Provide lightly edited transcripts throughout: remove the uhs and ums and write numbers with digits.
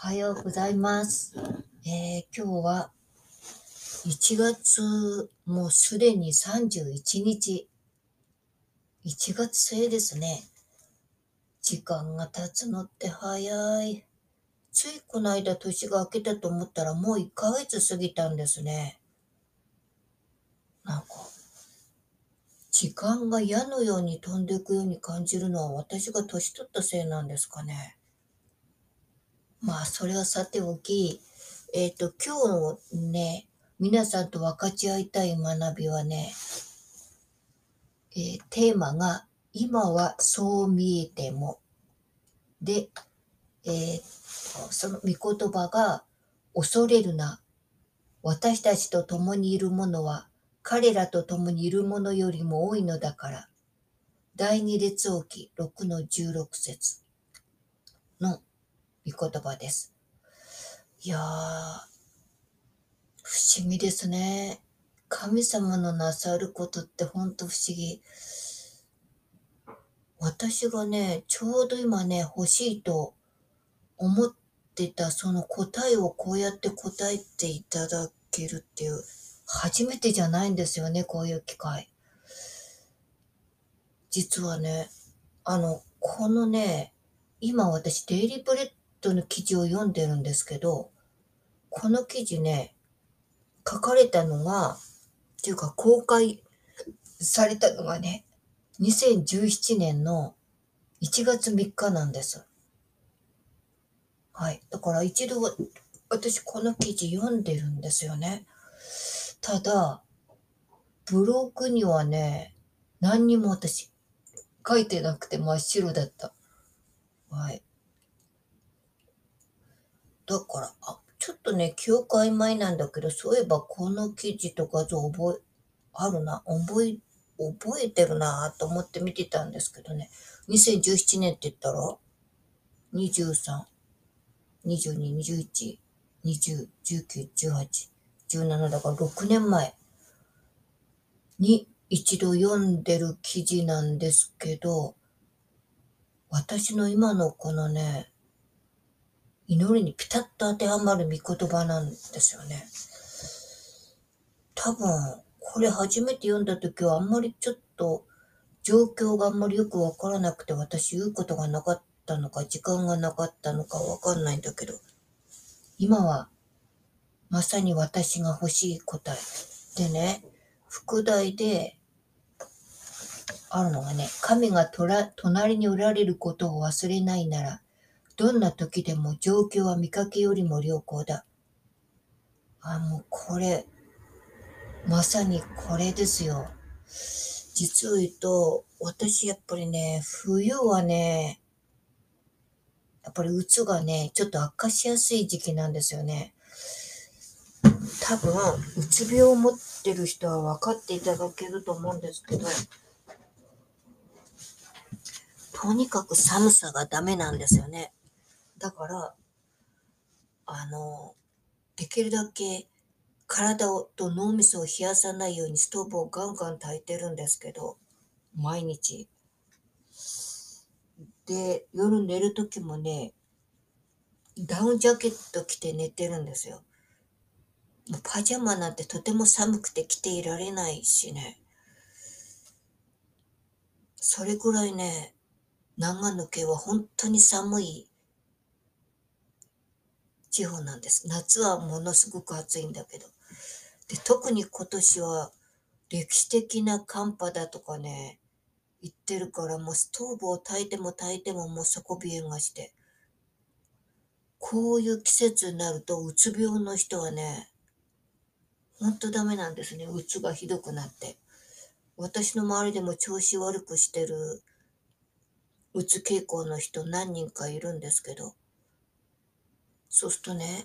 はようございます。今日は1月、もうすでに31日。1月末ですね。時間が経つのって早い。ついこの間年が明けたと思ったらもう1ヶ月過ぎたんですね。なんか、時間が矢のように飛んでいくように感じるのは私が年取ったせいなんですかね。まあ、それはさておき、今日ね、皆さんと分かち合いたい学びはね、テーマが今はそう見えてもで、その御言葉が恐れるな。私たちと共にいるものは彼らと共にいるものよりも多いのだから。第二列王記6の16節の御言葉です。いやー、不思議ですね。神様のなさることってほんと不思議。私がね、ちょうど今ね、欲しいと思ってたその答えをこうやって答えていただけるっていう、初めてじゃないんですよね、こういう機会。実はね、このね、今私デイリーブレッドの記事を読んでるんですけど、この記事ね、書かれたのが、っていうか公開されたのがね、2017年の1月3日なんです。はい。だから一度私この記事読んでるんですよね。ただ、ブログにはね、何にも私書いてなくて真っ白だった。はい。だから、ちょっとね、記憶曖昧なんだけど、そういえばこの記事と画像あるな、覚えてるなと思って見てたんですけどね。2017年って言ったら、23、22、21、20、19、18、17だから6年前に一度読んでる記事なんですけど、私の今のこのね、祈りにピタッと当てはまる御言葉なんですよね。多分、これ初めて読んだ時はあんまりちょっと状況があんまりよくわからなくて私言うことがなかったのか時間がなかったのかわかんないんだけど、今はまさに私が欲しい答え。でね、副題であるのがね、神が隣におられることを忘れないなら、どんな時でも状況は見かけよりも良好だ。もうこれ、まさにこれですよ。実を言うと、私やっぱりね、冬はね、やっぱりうつがね、ちょっと悪化しやすい時期なんですよね。多分、うつ病を持ってる人は分かっていただけると思うんですけど、とにかく寒さがダメなんですよね。だから、あの、できるだけと脳みそを冷やさないようにストーブをガンガン焚いてるんですけど、毎日。で、夜寝るときもね、ダウンジャケット着て寝てるんですよ。もうパジャマなんてとても寒くて着ていられないしね。それぐらいね、長野県は本当に寒い地方なんです。夏はものすごく暑いんだけど。で、特に今年は歴史的な寒波だとかね、言ってるからもうストーブを焚いても焚いてももう底冷えがして。こういう季節になるとうつ病の人はね、ほんとダメなんですね。うつがひどくなって。私の周りでも調子悪くしてるうつ傾向の人何人かいるんですけど、そうするとね、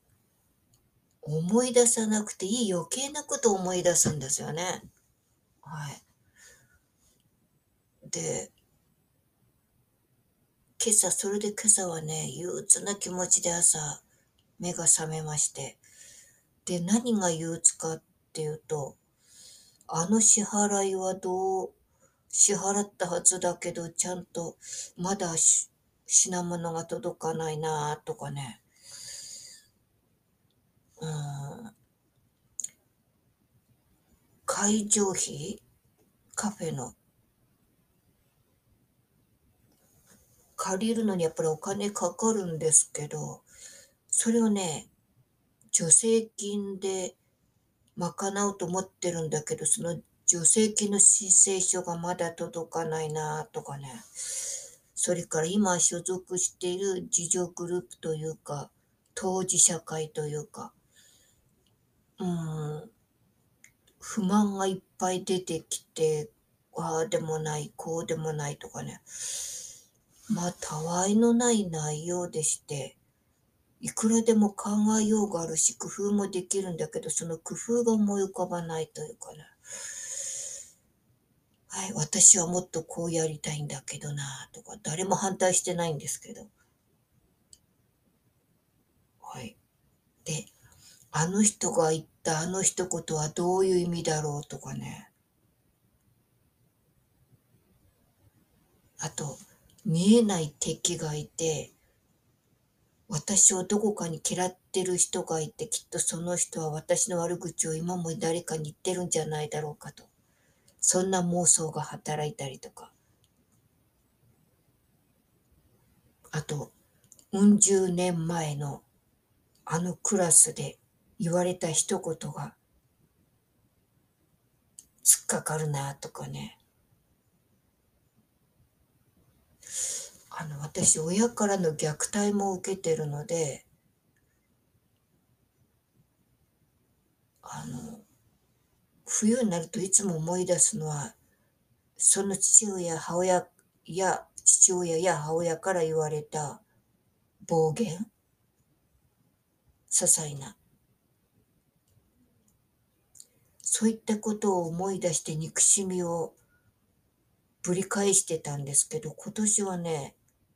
思い出さなくていい余計なことを思い出すんですよね。はい。で、今朝はね、憂鬱な気持ちで朝、目が覚めまして。で、何が憂鬱かっていうと、あの支払いは支払ったはずだけど、ちゃんとまだ品物が届かないなとかね。 うん、会場費、カフェの借りるのにやっぱりお金かかるんですけど、それをね、助成金で賄おうと思ってるんだけど、その助成金の申請書がまだ届かないなとかね。それから今所属している自助グループというか、当事者会というか、うん、不満がいっぱい出てきて、ああでもない、こうでもないとかね。まあ、たわいのない内容でして、いくらでも考えようがあるし、工夫もできるんだけど、その工夫が思い浮かばないというかね。はい、私はもっとこうやりたいんだけどなとか、誰も反対してないんですけど。はい。で、あの人が言ったあの一言はどういう意味だろうとかね。あと、見えない敵がいて、私をどこかに嫌ってる人がいて、きっとその人は私の悪口を今も誰かに言ってるんじゃないだろうかと。そんな妄想が働いたりとか。あと、うん十年前のあのクラスで言われた一言が突っかかるなとかね。私、親からの虐待も受けてるので、あの、冬になるといつも思い出すのは、その父親や母親から言われた暴言、些細な。そういったことを思い出して憎しみをぶり返してたんですけど、今年はね、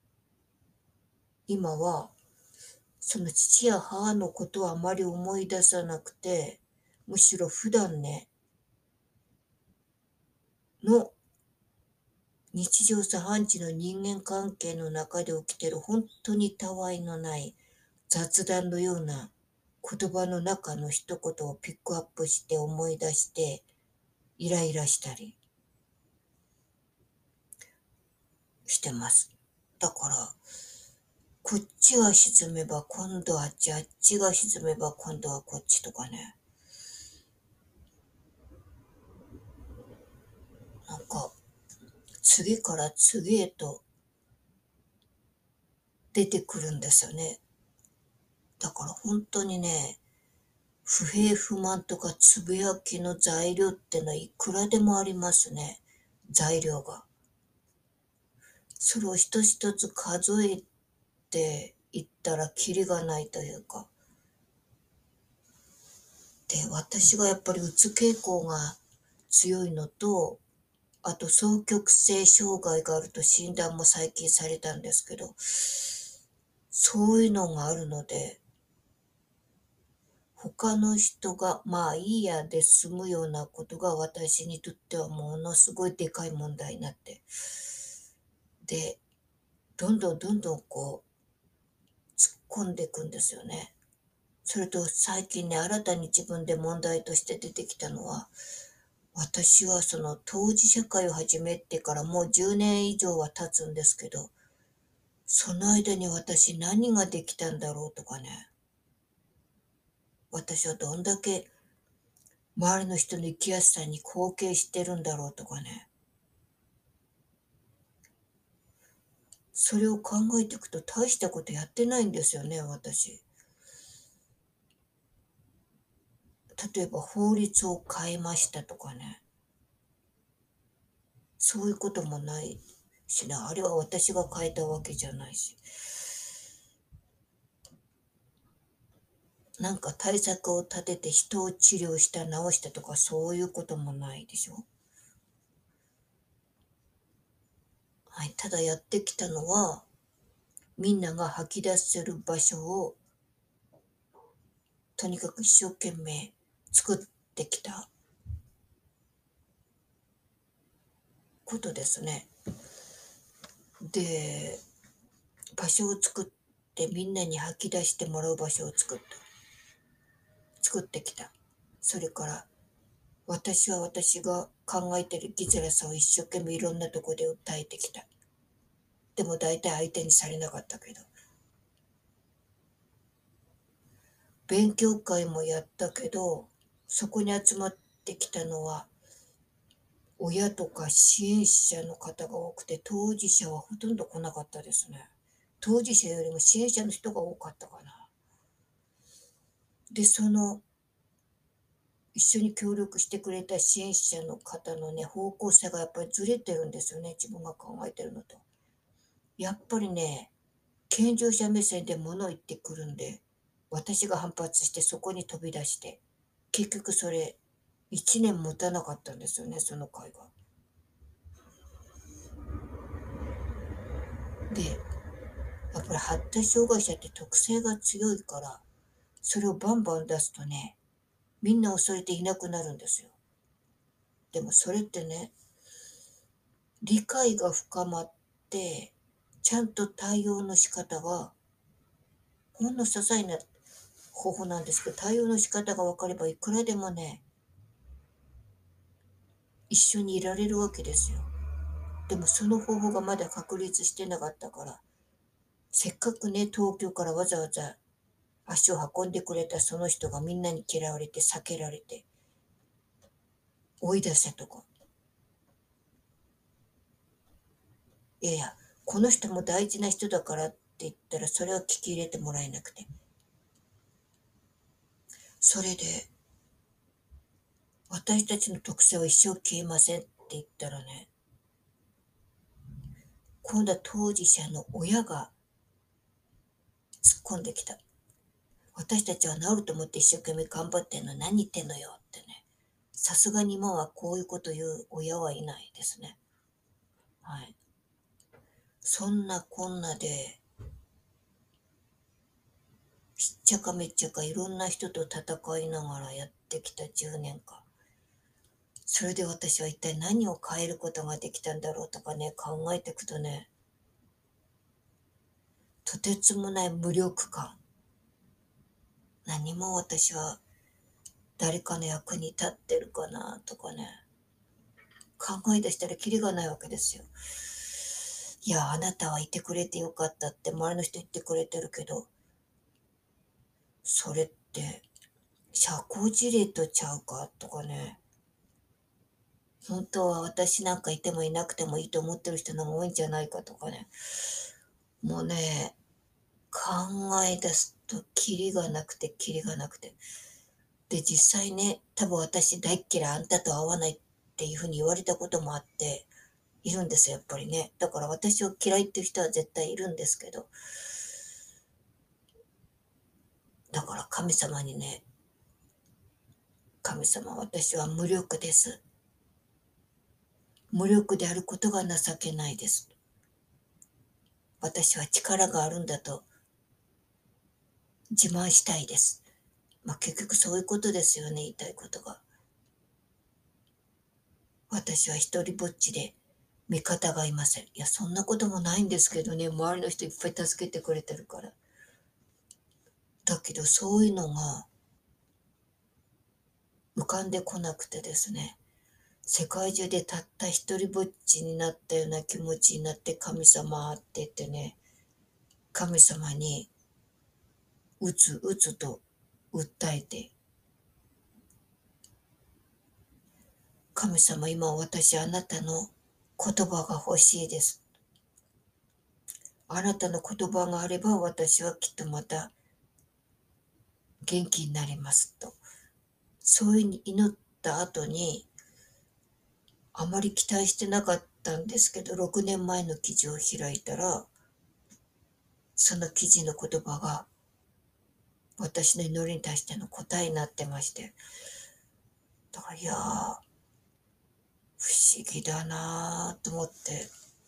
今はその父や母のことはあまり思い出さなくて、むしろ普段ね、の日常茶飯事の人間関係の中で起きてる本当にたわいのない雑談のような言葉の中の一言をピックアップして思い出してイライラしたりしてます。だから、こっちが沈めば今度はあっち、あっちが沈めば今度はこっちとかね。なんか、次から次へと出てくるんですよね。だから本当にね、不平不満とかつぶやきの材料ってのはいくらでもありますね。材料が。それを一つ一つ数えていったらキリがないというか。で、私がやっぱりうつ傾向が強いのと、あと双極性障害があると診断も最近されたんですけど、そういうのがあるので、他の人がまあいいやで済むようなことが私にとってはものすごいでかい問題になって。で、どんどん突っ込んでいくんですよね。それと最近ね、新たに自分で問題として出てきたのは、私はその当事者会を始めてからもう10年以上は経つんですけど、その間に私何ができたんだろうとかね。私はどんだけ周りの人の生きやすさに貢献してるんだろうとかね。それを考えていくと大したことやってないんですよね、私。例えば法律を変えましたとかね。そういうこともないしな。あれは私が変えたわけじゃないし。なんか対策を立てて人を治療した、治したとかそういうこともないでしょ。はい。ただやってきたのは、みんなが吐き出せる場所をとにかく一生懸命作ってきたことですね。で、場所を作ってみんなに吐き出してもらう場所を作った。 作ってきた。それから私は私が考えてる生きづらさを一生懸命いろんなとこで訴えてきた。でも大体相手にされなかったけど。勉強会もやったけど、そこに集まってきたのは親とか支援者の方が多くて、当事者はほとんど来なかったですね。当事者よりも支援者の人が多かったかな。で、一緒に協力してくれた支援者の方のね、方向性がやっぱりずれてるんですよね。自分が考えてるのと。やっぱりね、健常者目線で物を言ってくるんで、私が反発してそこに飛び出して、結局それ、1年持たなかったんですよね、その会が。で、やっぱり発達障害者って特性が強いから、それをバンバン出すとね、みんな恐れていなくなるんですよ。でもそれってね、理解が深まって、ちゃんと対応の仕方が、ほんの些細な方法なんですけど、対応の仕方が分かればいくらでもね、一緒にいられるわけですよ。でもその方法がまだ確立してなかったから、せっかくね、東京からわざわざ足を運んでくれたその人がみんなに嫌われて避けられて、追い出せとか。いやいや、この人も大事な人だからって言ったら、それは聞き入れてもらえなくて。それで、私たちの特性は一生消えませんって言ったらね、今度は当事者の親が突っ込んできた。私たちは治ると思って一生懸命頑張ってんの、何言ってんのよってね。さすがに今はこういうこと言う親はいないですね。はい。そんなこんなで、しっちゃかめっちゃかいろんな人と戦いながらやってきた10年間。それで私は一体何を変えることができたんだろうとかね、考えていくとね、とてつもない無力感。何も私は誰かの役に立ってるかなとかね、考え出したらキリがないわけですよ。いや、あなたはいてくれてよかったって周りの人言ってくれてるけど、それって社交辞令とちゃうかとかね、本当は私なんかいてもいなくてもいいと思ってる人の方が多いんじゃないかとかね、もうね、考え出すとキリがなくてキリがなくて。で、実際ね、多分私大っ嫌い、あんたと会わないっていうふうに言われたこともあって、いるんですよ、やっぱりね。だから私を嫌いっていう人は絶対いるんですけど、だから神様にね、神様、私は無力です。無力であることが情けないです。私は力があるんだと自慢したいです。まあ結局そういうことですよね、言いたいことが。私は一人ぼっちで味方がいません。いや、そんなこともないんですけどね、周りの人いっぱい助けてくれてるから。だけどそういうのが浮かんでこなくてですね、世界中でたった一人ぼっちになったような気持ちになって、神様って言ってね、神様にうつうつと訴えて、神様、今私あなたの言葉が欲しいです。あなたの言葉があれば私はきっとまた元気になりますと。そういうに祈った後に、あまり期待してなかったんですけど、6年前の記事を開いたら、その記事の言葉が私の祈りに対しての答えになってまして、だからいやー、不思議だなーと思って、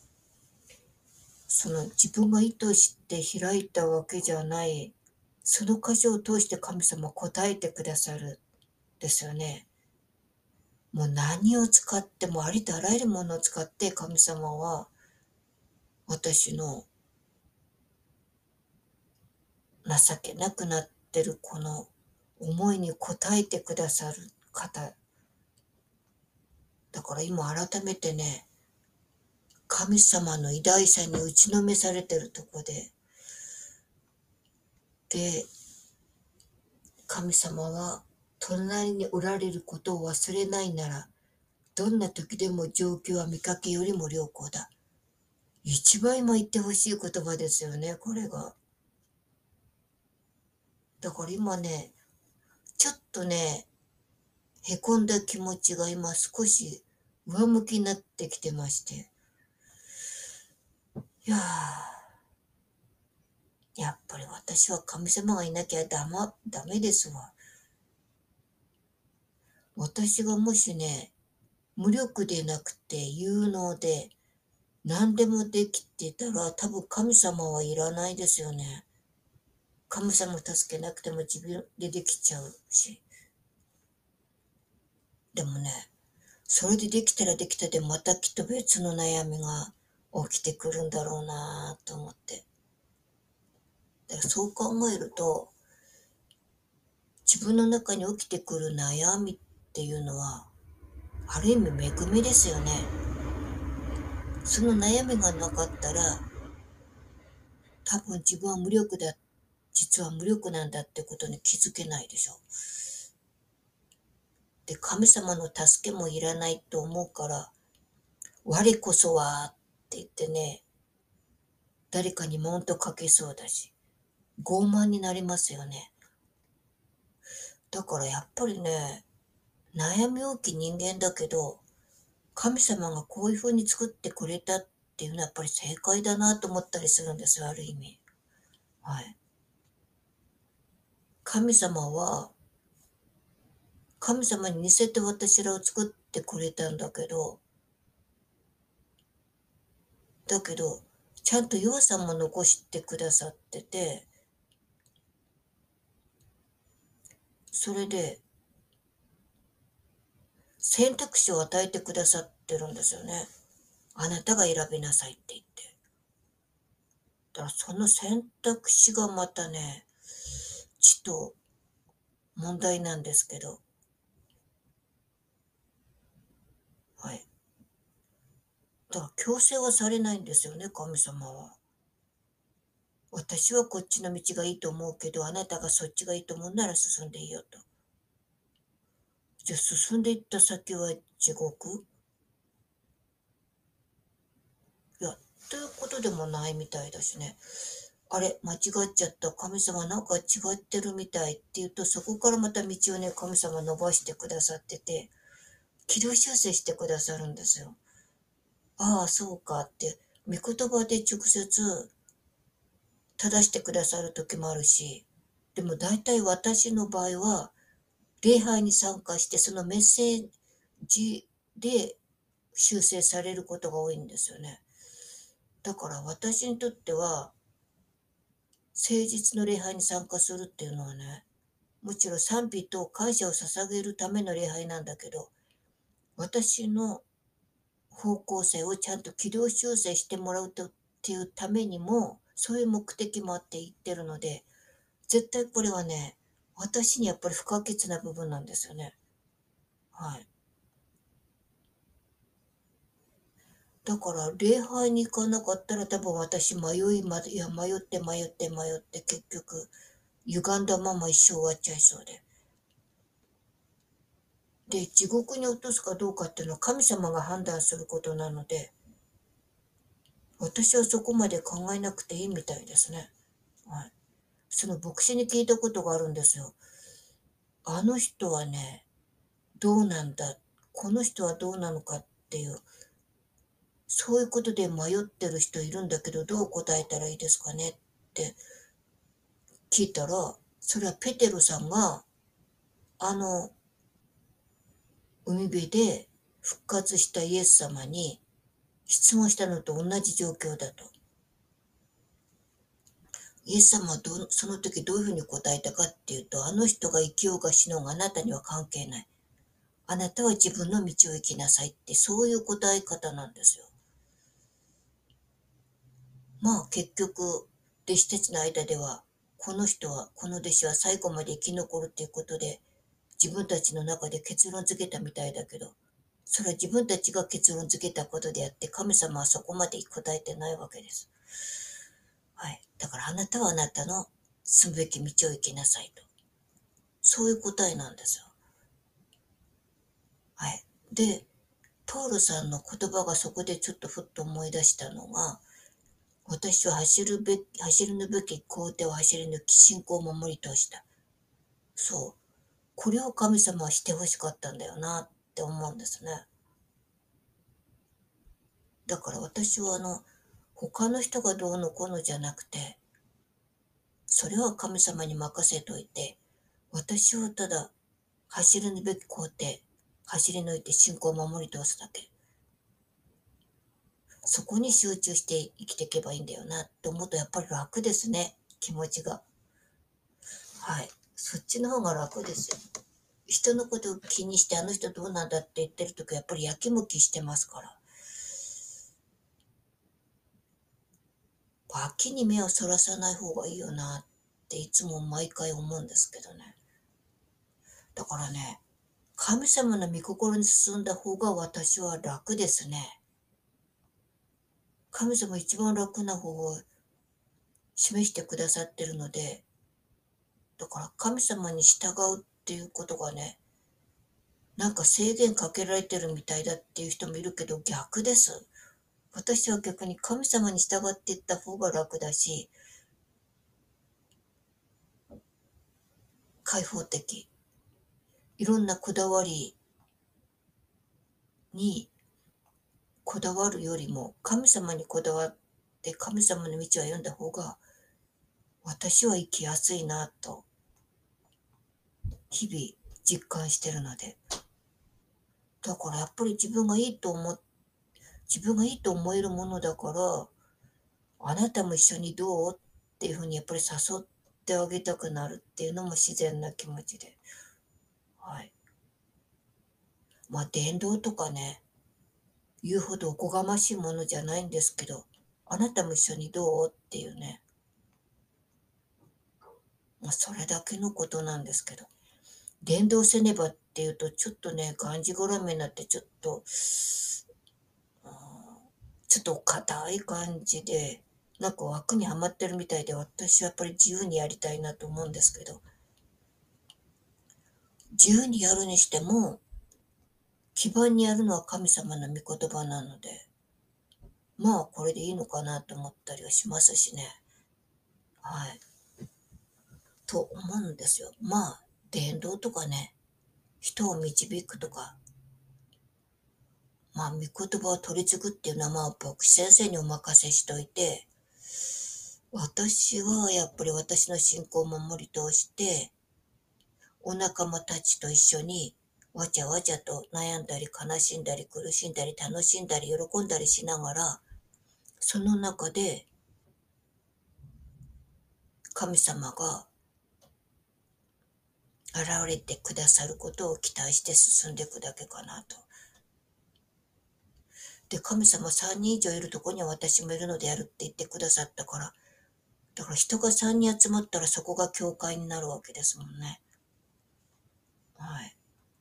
その自分が意図して開いたわけじゃない、その箇所を通して神様答えてくださるですよね。もう何を使ってもありとあらゆるものを使って神様は私の情けなくなってるこの思いに応えてくださる方。だから今改めてね、神様の偉大さに打ちのめされてるとこで、神様は隣におられることを忘れないなら、どんな時でも状況は見かけよりも良好だ。一番今言ってほしい言葉ですよね、これが。だから今ね、ちょっとね、へこんだ気持ちが今少し上向きになってきてまして。いややっぱり私は神様がいなきゃダメですわ。私がもしね、無力でなくて有能で何でもできてたら多分神様はいらないですよね。神様助けなくても自分でできちゃうし。でもね、それでできたらできたでまたきっと別の悩みが起きてくるんだろうなと思って。だからそう考えると、自分の中に起きてくる悩みっていうのは、ある意味恵みですよね。その悩みがなかったら、多分自分は実は無力なんだってことに気づけないでしょ。で、神様の助けもいらないと思うから、我こそはって言ってね、誰かに文とかけそうだし、傲慢になりますよね。だからやっぱりね、悩み多き人間だけど、神様がこういう風に作ってくれたっていうのはやっぱり正解だなと思ったりするんですよ、ある意味。はい。神様は、神様に似せて私らを作ってくれたんだけど、ちゃんと弱さも残してくださってて、それで選択肢を与えてくださってるんですよね。あなたが選びなさいって言って。だからその選択肢がまたね、ちょっと問題なんですけど、はい。だから強制はされないんですよね、神様は。私はこっちの道がいいと思うけど、あなたがそっちがいいと思うなら進んでいいよと。じゃあ進んでいった先は地獄？いや、ということでもないみたいだしね。あれ、間違っちゃった。神様なんか違ってるみたいって言うと、そこからまた道をね、神様伸ばしてくださってて、軌道修正してくださるんですよ。ああ、そうかって、御言葉で直接正してくださる時もあるし、でも大体私の場合は、礼拝に参加して、そのメッセージで修正されることが多いんですよね。だから私にとっては、誠実の礼拝に参加するっていうのはね、もちろん賛美と感謝を捧げるための礼拝なんだけど、私の方向性をちゃんと軌道修正してもらうとっていうためにも、そういう目的もあって言ってるので、絶対これはね、私にやっぱり不可欠な部分なんですよね。はい。だから礼拝に行かなかったら多分私迷って結局歪んだまま一生終わっちゃいそうで。で、地獄に落とすかどうかっていうのは神様が判断することなので、私はそこまで考えなくていいみたいですね。はい。その牧師に聞いたことがあるんですよ。あの人はね、どうなんだ、この人はどうなのかっていう、そういうことで迷ってる人いるんだけど、どう答えたらいいですかねって聞いたら、それはペテロさんが、あの、海辺で復活したイエス様に質問したのと同じ状況だと。イエス様はその時どういうふうに答えたかっていうと、あの人が生きようが死のうがあなたには関係ない。あなたは自分の道を行きなさいって、そういう答え方なんですよ。まあ結局、弟子たちの間では、 この人は、この弟子は最後まで生き残るっていうことで、自分たちの中で結論付けたみたいだけど、それは自分たちが結論付けたことであって、神様はそこまで答えてないわけです。はい。だからあなたはあなたの進むべき道を行きなさいと。そういう答えなんですよ。はい。で、トールさんの言葉がそこでちょっとふっと思い出したのが、私は走るべき工程を走り抜き、信仰を守り通した。そう。これを神様はしてほしかったんだよなって思うんですね。だから私は他の人がどうのこうのじゃなくて、それは神様に任せといて、私はただ走るべき工程、走り抜いて信仰を守り通すだけ。そこに集中して生きていけばいいんだよなって思うとやっぱり楽ですね、気持ちが。はい。そっちの方が楽ですよ。人のことを気にしてあの人どうなんだって言ってるときやっぱりやきもきしてますから。脇に目をそらさない方がいいよなっていつも毎回思うんですけどね。だからね、神様の御心に進んだ方が私は楽ですね。神様一番楽な方を示してくださってるので、だから神様に従うっていうことがね、なんか制限かけられてるみたいだっていう人もいるけど逆です。私は逆に神様に従っていった方が楽だし、開放的。いろんなこだわりにこだわるよりも神様にこだわって神様の道を歩んだ方が私は生きやすいなと日々実感してるので、だからやっぱり自分がいいと思えるものだから、あなたも一緒にどうっていうふうにやっぱり誘ってあげたくなるっていうのも自然な気持ちで。はい。まあ伝道とかね、言うほどおこがましいものじゃないんですけど、あなたも一緒にどうっていうね、まあそれだけのことなんですけど、伝道せねばっていうとちょっとね、がんじがらめになってちょっと、ちょっと硬い感じで、なんか枠にはまってるみたいで、私はやっぱり自由にやりたいなと思うんですけど、自由にやるにしても、基盤にやるのは神様の御言葉なので、まあこれでいいのかなと思ったりはしますしね。はい。と思うんですよ。まあ、伝道とかね、人を導くとか、まあ、御言葉を取り継ぐっていうのは、まあ、牧師先生にお任せしといて、私はやっぱり私の信仰を守り通して、お仲間たちと一緒に、わちゃわちゃと悩んだり悲しんだり苦しんだり楽しんだり喜んだりしながら、その中で神様が現れてくださることを期待して進んでいくだけかなと。で、神様3人以上いるとこには私もいるのでやるって言ってくださったから、だから人が3人集まったらそこが教会になるわけですもんね。はい。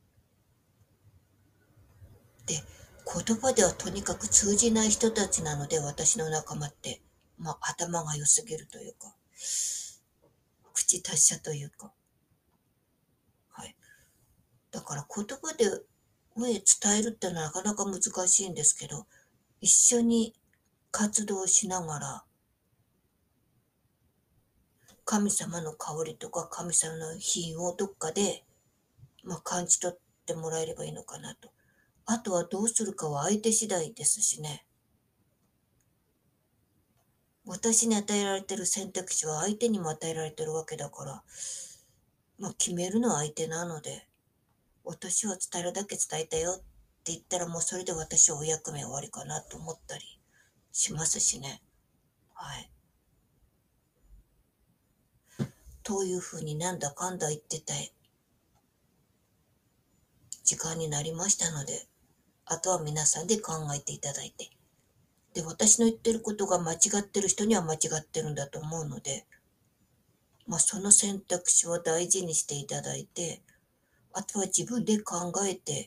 で、言葉ではとにかく通じない人たちなので、私の仲間って、まあ頭が良すぎるというか、口達者というか、はい。だから言葉で伝えるってのはなかなか難しいんですけど、一緒に活動しながら、神様の香りとか神様の品をどっかで、まあ、感じ取ってもらえればいいのかなと。あとはどうするかは相手次第ですしね。私に与えられてる選択肢は相手にも与えられてるわけだから、まあ、決めるのは相手なので、私は伝えるだけ伝えたよって言ったらもうそれで私はお役目終わりかなと思ったりしますしね。はい。というふうになんだかんだ言ってた時間になりましたので、あとは皆さんで考えていただいて。で、私の言ってることが間違ってる人には間違ってるんだと思うので、 その選択肢は大事にしていただいて、あとは自分で考えて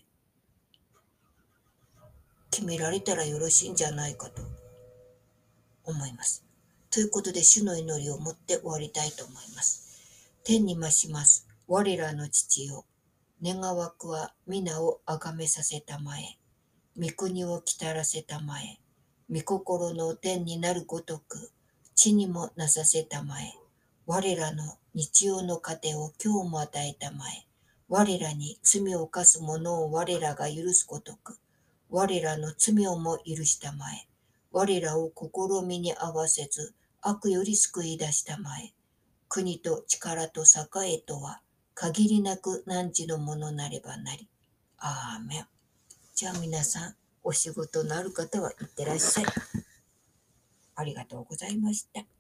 決められたらよろしいんじゃないかと思います。ということで、主の祈りを持って終わりたいと思います。天に増します。我らの父よ。願わくは皆をあがめさせたまえ。御国をきたらせたまえ。御心の天になるごとく、地にもなさせたまえ。我らの日曜の糧を今日も与えたまえ。我らに罪を犯す者を我らが許すごとく、我らの罪をも許したまえ。我らを試みに合わせず、悪より救い出したまえ。国と力と栄とは、限りなく汝のものなればなり。アーメン。じゃあ皆さん、お仕事のある方は行ってらっしゃい。ありがとうございました。